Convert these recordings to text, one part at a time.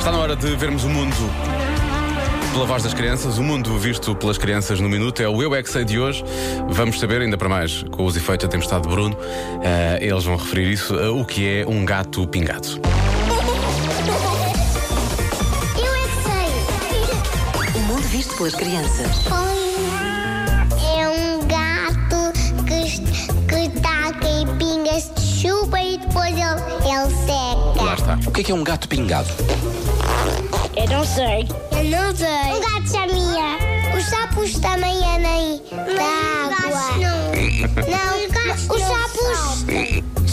Está na hora de vermos o mundo pela voz das crianças. O mundo visto pelas crianças no minuto é o Eu É Que Sei de hoje. Vamos saber, ainda para mais, com os efeitos da tempestade de Bruno, eles vão referir isso, o que é um gato pingado. Eu é que sei. O mundo visto pelas crianças. É um gato que taca em pingas de chuva e depois ele seca. Lá está. O que é um gato pingado? Eu não sei. Eu não sei. O gato sabia. Os sapos também andam da água. Não, os sapos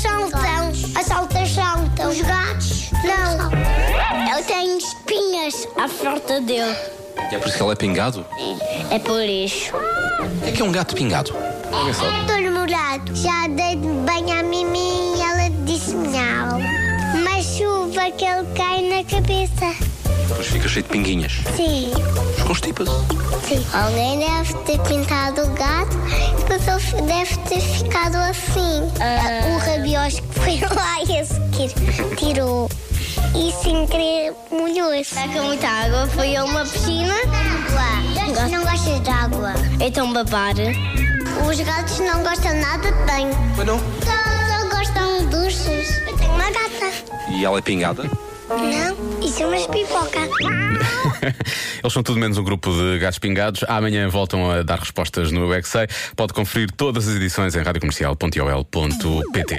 saltam. Os gatos não. Eu tenho espinhas à falta dele. E é por isso que ele é pingado? É por isso. O que é um gato pingado? Olha só. Todo molhado. Já dei banho à Mimi e ela disse miau. Mas chuva que ele cai na cabeça. Depois fica cheio de pinguinhas. Sim. Constipa-se. Sim. Alguém deve ter pintado o gato e depois ele deve ter ficado assim. O rabiosco foi lá e a seguir tirou. E sem querer molhou-se. Está com muita água, foi a uma piscina. Água. Não gostas de água? Então babar. Os gatos não gostam nada de banho. Mas não. Só gostam de duches. Eu tenho uma gata. E ela é pingada? Não, isso é umas pipoca. Eles são tudo menos um grupo de gatos pingados. Amanhã voltam a dar respostas no Eu É Que Sei. Pode conferir todas as edições em radiocomercial.ol.pt.